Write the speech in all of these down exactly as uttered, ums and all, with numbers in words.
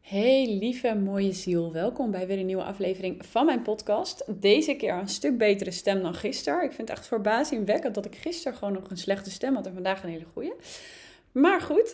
Hey lieve mooie ziel, welkom bij weer een nieuwe aflevering van mijn podcast. Deze keer een stuk betere stem dan gisteren. Ik vind het echt verbazingwekkend dat ik gisteren gewoon nog een slechte stem had en vandaag een hele goede. Maar goed,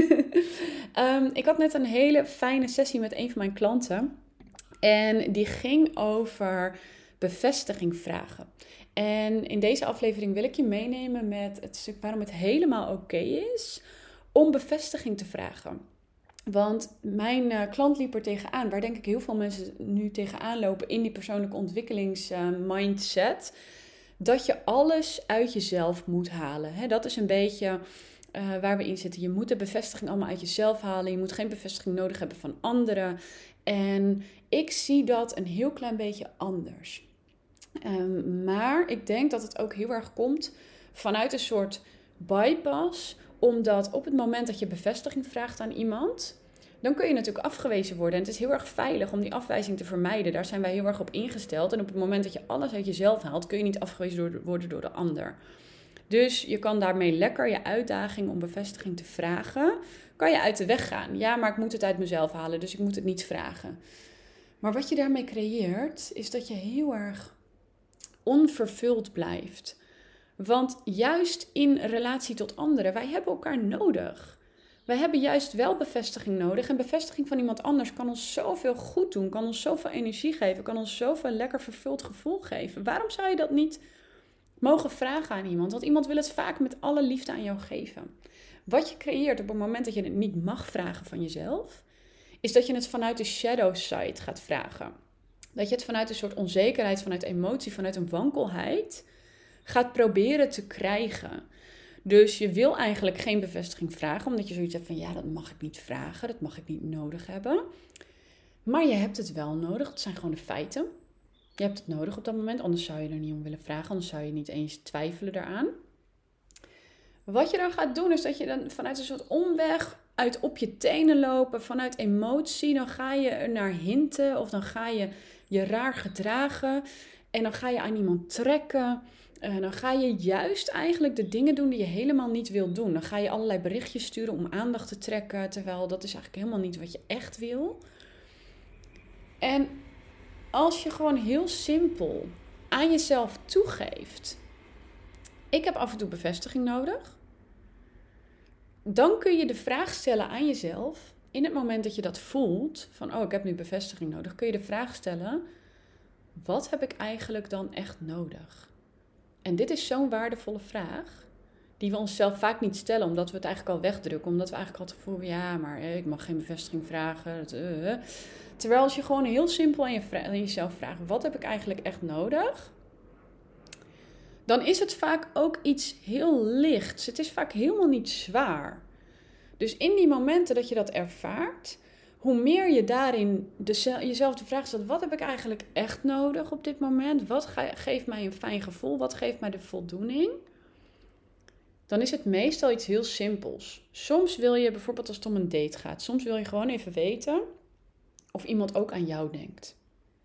um, ik had net een hele fijne sessie met een van mijn klanten. En die ging over bevestiging vragen. En in deze aflevering wil ik je meenemen met het stuk waarom het helemaal oké is om bevestiging te vragen. Want mijn uh, klant liep er tegenaan, waar denk ik heel veel mensen nu tegenaan lopen in die persoonlijke ontwikkelingsmindset. Uh, dat je alles uit jezelf moet halen. He, dat is een beetje uh, waar we in zitten. Je moet de bevestiging allemaal uit jezelf halen. Je moet geen bevestiging nodig hebben van anderen. En ik zie dat een heel klein beetje anders. Um, maar ik denk dat het ook heel erg komt vanuit een soort bypass. Omdat op het moment dat je bevestiging vraagt aan iemand, dan kun je natuurlijk afgewezen worden. En het is heel erg veilig om die afwijzing te vermijden. Daar zijn wij heel erg op ingesteld. En op het moment dat je alles uit jezelf haalt, kun je niet afgewezen worden door de ander. Dus je kan daarmee lekker je uitdaging om bevestiging te vragen, kan je uit de weg gaan. Ja, maar ik moet het uit mezelf halen, dus ik moet het niet vragen. Maar wat je daarmee creëert, is dat je heel erg onvervuld blijft. Want juist in relatie tot anderen, wij hebben elkaar nodig. Wij hebben juist wel bevestiging nodig. En bevestiging van iemand anders kan ons zoveel goed doen. Kan ons zoveel energie geven. Kan ons zoveel lekker vervuld gevoel geven. Waarom zou je dat niet mogen vragen aan iemand? Want iemand wil het vaak met alle liefde aan jou geven. Wat je creëert op het moment dat je het niet mag vragen van jezelf, is dat je het vanuit de shadow side gaat vragen. Dat je het vanuit een soort onzekerheid, vanuit emotie, vanuit een wankelheid gaat proberen te krijgen. Dus je wil eigenlijk geen bevestiging vragen, omdat je zoiets hebt van, ja, dat mag ik niet vragen, dat mag ik niet nodig hebben. Maar je hebt het wel nodig, het zijn gewoon de feiten. Je hebt het nodig op dat moment, anders zou je er niet om willen vragen, anders zou je niet eens twijfelen daaraan. Wat je dan gaat doen, is dat je dan vanuit een soort omweg uit op je tenen lopen, vanuit emotie, dan ga je er naar hinten of dan ga je je raar gedragen en dan ga je aan iemand trekken. Uh, dan ga je juist eigenlijk de dingen doen die je helemaal niet wil doen. Dan ga je allerlei berichtjes sturen om aandacht te trekken, terwijl dat is eigenlijk helemaal niet wat je echt wil. En als je gewoon heel simpel aan jezelf toegeeft, ik heb af en toe bevestiging nodig, dan kun je de vraag stellen aan jezelf, in het moment dat je dat voelt, van oh, ik heb nu bevestiging nodig, kun je de vraag stellen, wat heb ik eigenlijk dan echt nodig? En dit is zo'n waardevolle vraag, die we onszelf vaak niet stellen, omdat we het eigenlijk al wegdrukken. Omdat we eigenlijk altijd voelen, ja, maar ik mag geen bevestiging vragen. Dat, uh. Terwijl als je gewoon heel simpel aan, je vra- aan jezelf vraagt, wat heb ik eigenlijk echt nodig? Dan is het vaak ook iets heel lichts. Het is vaak helemaal niet zwaar. Dus in die momenten dat je dat ervaart, hoe meer je daarin de, jezelf de vraag stelt, wat heb ik eigenlijk echt nodig op dit moment? Wat ge- geeft mij een fijn gevoel? Wat geeft mij de voldoening? Dan is het meestal iets heel simpels. Soms wil je bijvoorbeeld als het om een date gaat, soms wil je gewoon even weten of iemand ook aan jou denkt.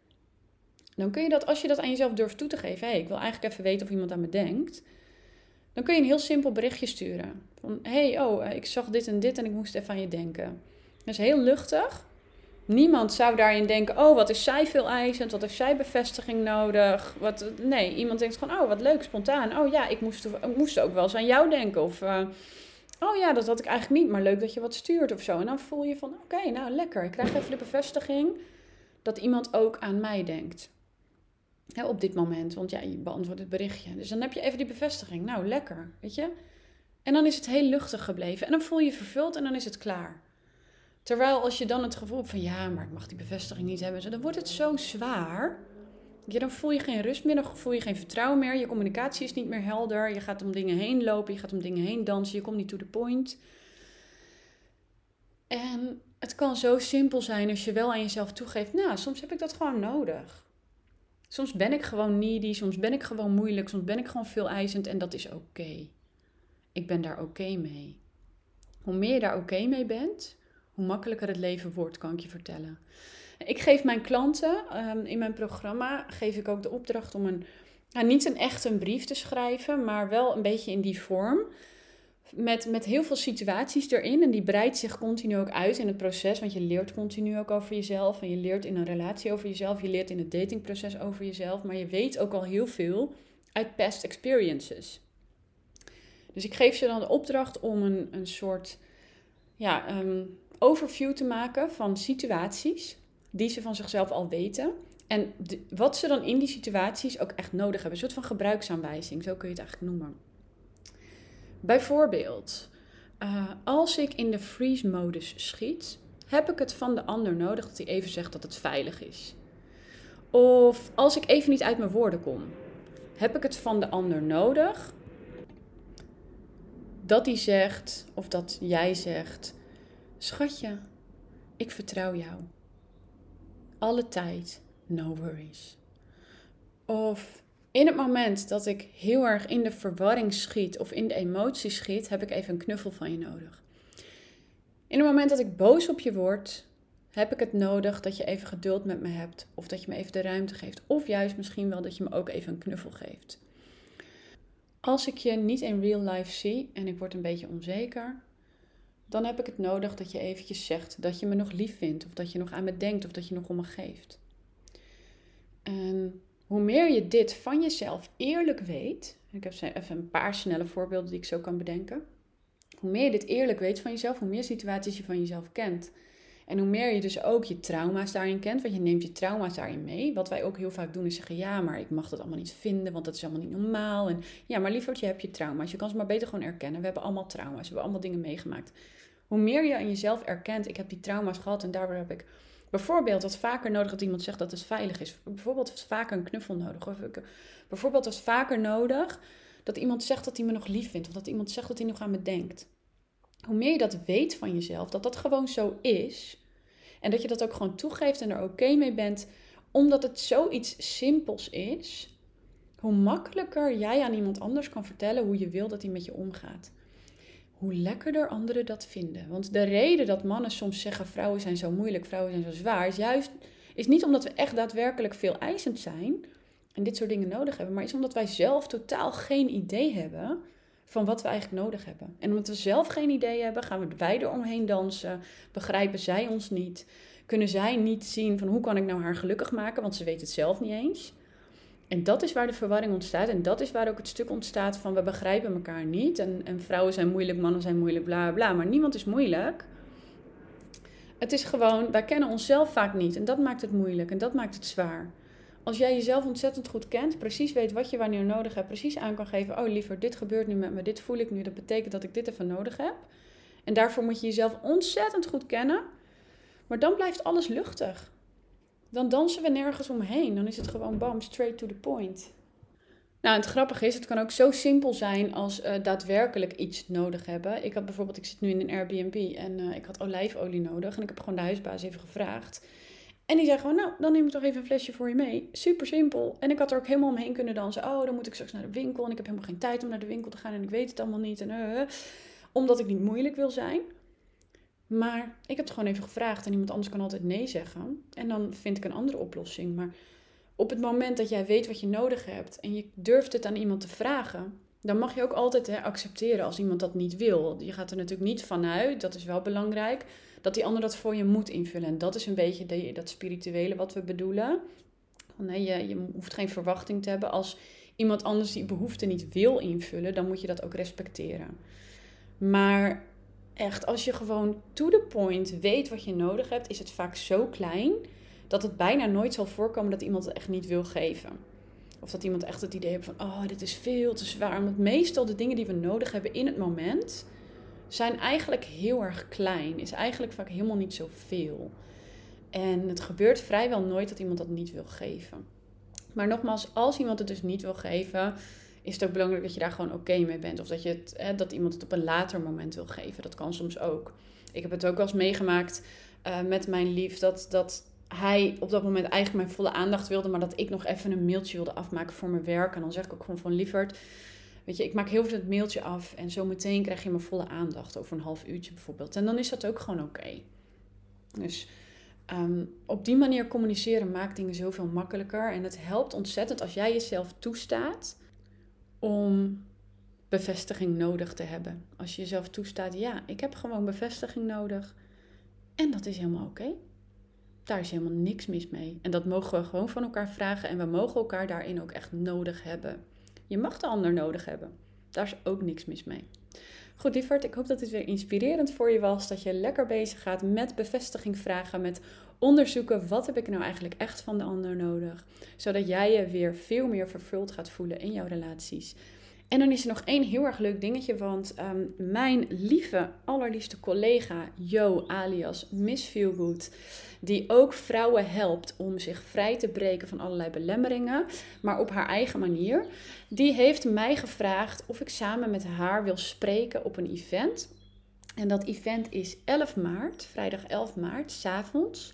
Dan kun je dat, als je dat aan jezelf durft toe te geven, hey, ik wil eigenlijk even weten of iemand aan me denkt, dan kun je een heel simpel berichtje sturen. Van, hey, oh, ik zag dit en dit en ik moest even aan je denken. Dat is heel luchtig. Niemand zou daarin denken, oh, wat is zij veel eisend, wat heeft zij bevestiging nodig. Wat, nee, iemand denkt gewoon, oh, wat leuk, spontaan. Oh ja, ik moest, ik moest ook wel eens aan jou denken. Of, uh, oh ja, dat had ik eigenlijk niet, maar leuk dat je wat stuurt of zo. En dan voel je van, oké, okay, nou lekker. Ik krijg even de bevestiging dat iemand ook aan mij denkt. He, op dit moment, want ja, je beantwoordt het berichtje. Dus dan heb je even die bevestiging. Nou, lekker, weet je. En dan is het heel luchtig gebleven. En dan voel je je vervuld en dan is het klaar. Terwijl als je dan het gevoel hebt van, ja, maar ik mag die bevestiging niet hebben. Dan wordt het zo zwaar. Ja, dan voel je geen rust meer, dan voel je geen vertrouwen meer. Je communicatie is niet meer helder. Je gaat om dingen heen lopen, je gaat om dingen heen dansen. Je komt niet to the point. En het kan zo simpel zijn als je wel aan jezelf toegeeft, nou, soms heb ik dat gewoon nodig. Soms ben ik gewoon needy, soms ben ik gewoon moeilijk, soms ben ik gewoon veel eisend en dat is oké. Okay. Ik ben daar oké okay mee. Hoe meer je daar oké okay mee bent, hoe makkelijker het leven wordt, kan ik je vertellen. Ik geef mijn klanten, um, in mijn programma, geef ik ook de opdracht om een, nou, niet een echt een brief te schrijven, maar wel een beetje in die vorm. met, met heel veel situaties erin. En die breidt zich continu ook uit in het proces. Want je leert continu ook over jezelf. En je leert in een relatie over jezelf. Je leert in het datingproces over jezelf. Maar je weet ook al heel veel uit past experiences. Dus ik geef ze dan de opdracht om een, een soort ja, um, overview te maken van situaties die ze van zichzelf al weten. En de, wat ze dan in die situaties ook echt nodig hebben. Een soort van gebruiksaanwijzing, zo kun je het eigenlijk noemen. Bijvoorbeeld, uh, als ik in de freeze-modus schiet, heb ik het van de ander nodig dat hij even zegt dat het veilig is. Of als ik even niet uit mijn woorden kom, heb ik het van de ander nodig dat hij zegt, of dat jij zegt, schatje, ik vertrouw jou. Alle tijd, no worries. Of in het moment dat ik heel erg in de verwarring schiet of in de emotie schiet, heb ik even een knuffel van je nodig. In het moment dat ik boos op je word, heb ik het nodig dat je even geduld met me hebt. Of dat je me even de ruimte geeft. Of juist misschien wel dat je me ook even een knuffel geeft. Als ik je niet in real life zie en ik word een beetje onzeker, dan heb ik het nodig dat je eventjes zegt dat je me nog lief vindt. Of dat je nog aan me denkt of dat je nog om me geeft. En hoe meer je dit van jezelf eerlijk weet, ik heb even een paar snelle voorbeelden die ik zo kan bedenken. Hoe meer je dit eerlijk weet van jezelf, hoe meer situaties je van jezelf kent. En hoe meer je dus ook je trauma's daarin kent, want je neemt je trauma's daarin mee. Wat wij ook heel vaak doen is zeggen, ja, maar ik mag dat allemaal niet vinden, want dat is allemaal niet normaal. En ja, maar lieverd, je hebt je trauma's. Je kan ze maar beter gewoon erkennen. We hebben allemaal trauma's, we hebben allemaal dingen meegemaakt. Hoe meer je aan jezelf erkent, ik heb die trauma's gehad en daardoor heb ik bijvoorbeeld wat vaker nodig dat iemand zegt dat het veilig is. Bijvoorbeeld wat vaker een knuffel nodig. Of ik, bijvoorbeeld wat vaker nodig dat iemand zegt dat hij me nog lief vindt. Of dat iemand zegt dat hij nog aan me denkt. Hoe meer je dat weet van jezelf, dat dat gewoon zo is. En dat je dat ook gewoon toegeeft en er oké mee bent. Omdat het zoiets simpels is. Hoe makkelijker jij aan iemand anders kan vertellen hoe je wil dat hij met je omgaat. Hoe lekkerder anderen dat vinden. Want de reden dat mannen soms zeggen vrouwen zijn zo moeilijk, vrouwen zijn zo zwaar, is juist is niet omdat we echt daadwerkelijk veel eisend zijn en dit soort dingen nodig hebben, maar is omdat wij zelf totaal geen idee hebben van wat we eigenlijk nodig hebben. En omdat we zelf geen idee hebben, gaan we wij eromheen dansen, begrijpen zij ons niet, kunnen zij niet zien van hoe kan ik nou haar gelukkig maken, want ze weet het zelf niet eens. En dat is waar de verwarring ontstaat. En dat is waar ook het stuk ontstaat van we begrijpen elkaar niet. En, en vrouwen zijn moeilijk, mannen zijn moeilijk, bla bla. Maar niemand is moeilijk. Het is gewoon, wij kennen onszelf vaak niet. En dat maakt het moeilijk en dat maakt het zwaar. Als jij jezelf ontzettend goed kent, precies weet wat je wanneer nodig hebt, precies aan kan geven. Oh liever, dit gebeurt nu met me, dit voel ik nu. Dat betekent dat ik dit even nodig heb. En daarvoor moet je jezelf ontzettend goed kennen. Maar dan blijft alles luchtig. Dan dansen we nergens omheen. Dan is het gewoon bam, straight to the point. Nou, het grappige is, het kan ook zo simpel zijn als uh, daadwerkelijk iets nodig hebben. Ik had bijvoorbeeld, ik zit nu in een Airbnb en uh, ik had olijfolie nodig. En ik heb gewoon de huisbaas even gevraagd. En die zei gewoon, nou, dan neem ik toch even een flesje voor je mee. Super simpel. En ik had er ook helemaal omheen kunnen dansen. Oh, dan moet ik straks naar de winkel. En ik heb helemaal geen tijd om naar de winkel te gaan. En ik weet het allemaal niet. En, uh, omdat ik niet moeilijk wil zijn. Maar ik heb het gewoon even gevraagd en iemand anders kan altijd nee zeggen. En dan vind ik een andere oplossing. Maar op het moment dat jij weet wat je nodig hebt en je durft het aan iemand te vragen, dan mag je ook altijd hè, accepteren als iemand dat niet wil. Je gaat er natuurlijk niet vanuit, dat is wel belangrijk, dat die ander dat voor je moet invullen. En dat is een beetje de, dat spirituele wat we bedoelen. Nee, je, je hoeft geen verwachting te hebben. Als iemand anders die behoefte niet wil invullen, dan moet je dat ook respecteren. Maar echt, als je gewoon to the point weet wat je nodig hebt, is het vaak zo klein dat het bijna nooit zal voorkomen dat iemand het echt niet wil geven. Of dat iemand echt het idee heeft van, oh, dit is veel te zwaar. Want meestal de dingen die we nodig hebben in het moment zijn eigenlijk heel erg klein. Is eigenlijk vaak helemaal niet zoveel. En het gebeurt vrijwel nooit dat iemand dat niet wil geven. Maar nogmaals, als iemand het dus niet wil geven, is het ook belangrijk dat je daar gewoon oké mee bent. Of dat, je het, hè, dat iemand het op een later moment wil geven. Dat kan soms ook. Ik heb het ook wel eens meegemaakt uh, met mijn lief. Dat, dat hij op dat moment eigenlijk mijn volle aandacht wilde. Maar dat ik nog even een mailtje wilde afmaken voor mijn werk. En dan zeg ik ook gewoon van lieverd, weet je, ik maak heel veel het mailtje af. En zo meteen krijg je mijn volle aandacht. Over een half uurtje bijvoorbeeld. En dan is dat ook gewoon oké. Okay. Dus Um, op die manier communiceren maakt dingen zoveel makkelijker. En het helpt ontzettend als jij jezelf toestaat om bevestiging nodig te hebben. Als je jezelf toestaat, ja, ik heb gewoon bevestiging nodig. En dat is helemaal oké. Daar is helemaal niks mis mee. En dat mogen we gewoon van elkaar vragen. En we mogen elkaar daarin ook echt nodig hebben. Je mag de ander nodig hebben. Daar is ook niks mis mee. Goed, lieverd, ik hoop dat dit weer inspirerend voor je was. Dat je lekker bezig gaat met bevestiging vragen. Met onderzoeken, wat heb ik nou eigenlijk echt van de ander nodig? Zodat jij je weer veel meer vervuld gaat voelen in jouw relaties. En dan is er nog één heel erg leuk dingetje, want um, mijn lieve, allerliefste collega Jo alias Miss Feelgood, die ook vrouwen helpt om zich vrij te breken van allerlei belemmeringen, maar op haar eigen manier, die heeft mij gevraagd of ik samen met haar wil spreken op een event. En dat event is elf maart, vrijdag elf maart, 's avonds.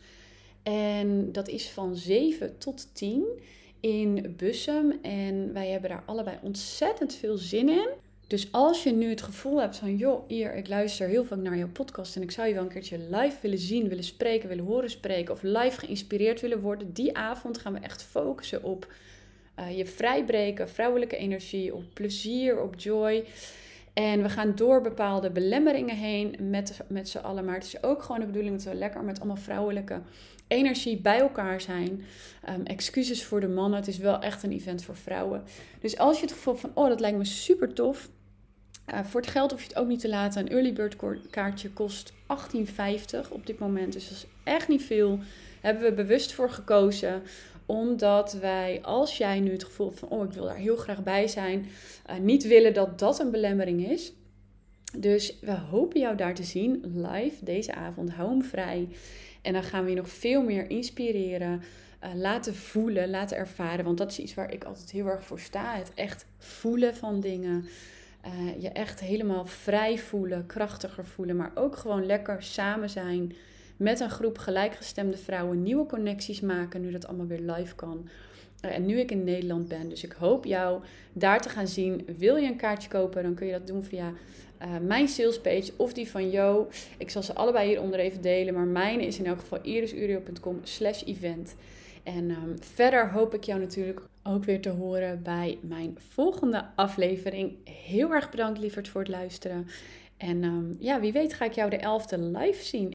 En dat is van zeven tot tien. In Bussum en wij hebben daar allebei ontzettend veel zin in. Dus als je nu het gevoel hebt van, joh, hier, ik luister heel vaak naar jouw podcast en ik zou je wel een keertje live willen zien, willen spreken, willen horen spreken of live geïnspireerd willen worden, die avond gaan we echt focussen op uh, je vrijbreken, vrouwelijke energie, op plezier, op joy. En we gaan door bepaalde belemmeringen heen met, met z'n allen. Maar het is ook gewoon de bedoeling dat we lekker met allemaal vrouwelijke energie bij elkaar zijn. Um, excuses voor de mannen. Het is wel echt een event voor vrouwen. Dus als je het gevoel hebt van, oh, dat lijkt me super tof. Uh, voor het geld hoef je het ook niet te laten. Een early bird kaartje kost achttien vijftig op dit moment. Dus dat is echt niet veel. Daar hebben we bewust voor gekozen. Omdat wij, als jij nu het gevoel hebt van, oh, ik wil daar heel graag bij zijn, uh, niet willen dat dat een belemmering is. Dus we hopen jou daar te zien, live, deze avond. Hou hem vrij. En dan gaan we je nog veel meer inspireren, uh, laten voelen, laten ervaren. Want dat is iets waar ik altijd heel erg voor sta. Het echt voelen van dingen. Uh, je echt helemaal vrij voelen, krachtiger voelen. Maar ook gewoon lekker samen zijn met een groep gelijkgestemde vrouwen. Nieuwe connecties maken, nu dat allemaal weer live kan. Uh, en nu ik in Nederland ben. Dus ik hoop jou daar te gaan zien. Wil je een kaartje kopen, dan kun je dat doen via uh, mijn salespage of die van Jo. Ik zal ze allebei hieronder even delen. Maar mijn is in elk geval irisureo.com slash event. En um, verder hoop ik jou natuurlijk ook weer te horen bij mijn volgende aflevering. Heel erg bedankt, lieverd, voor het luisteren. En um, ja, wie weet ga ik jou de elfde live zien.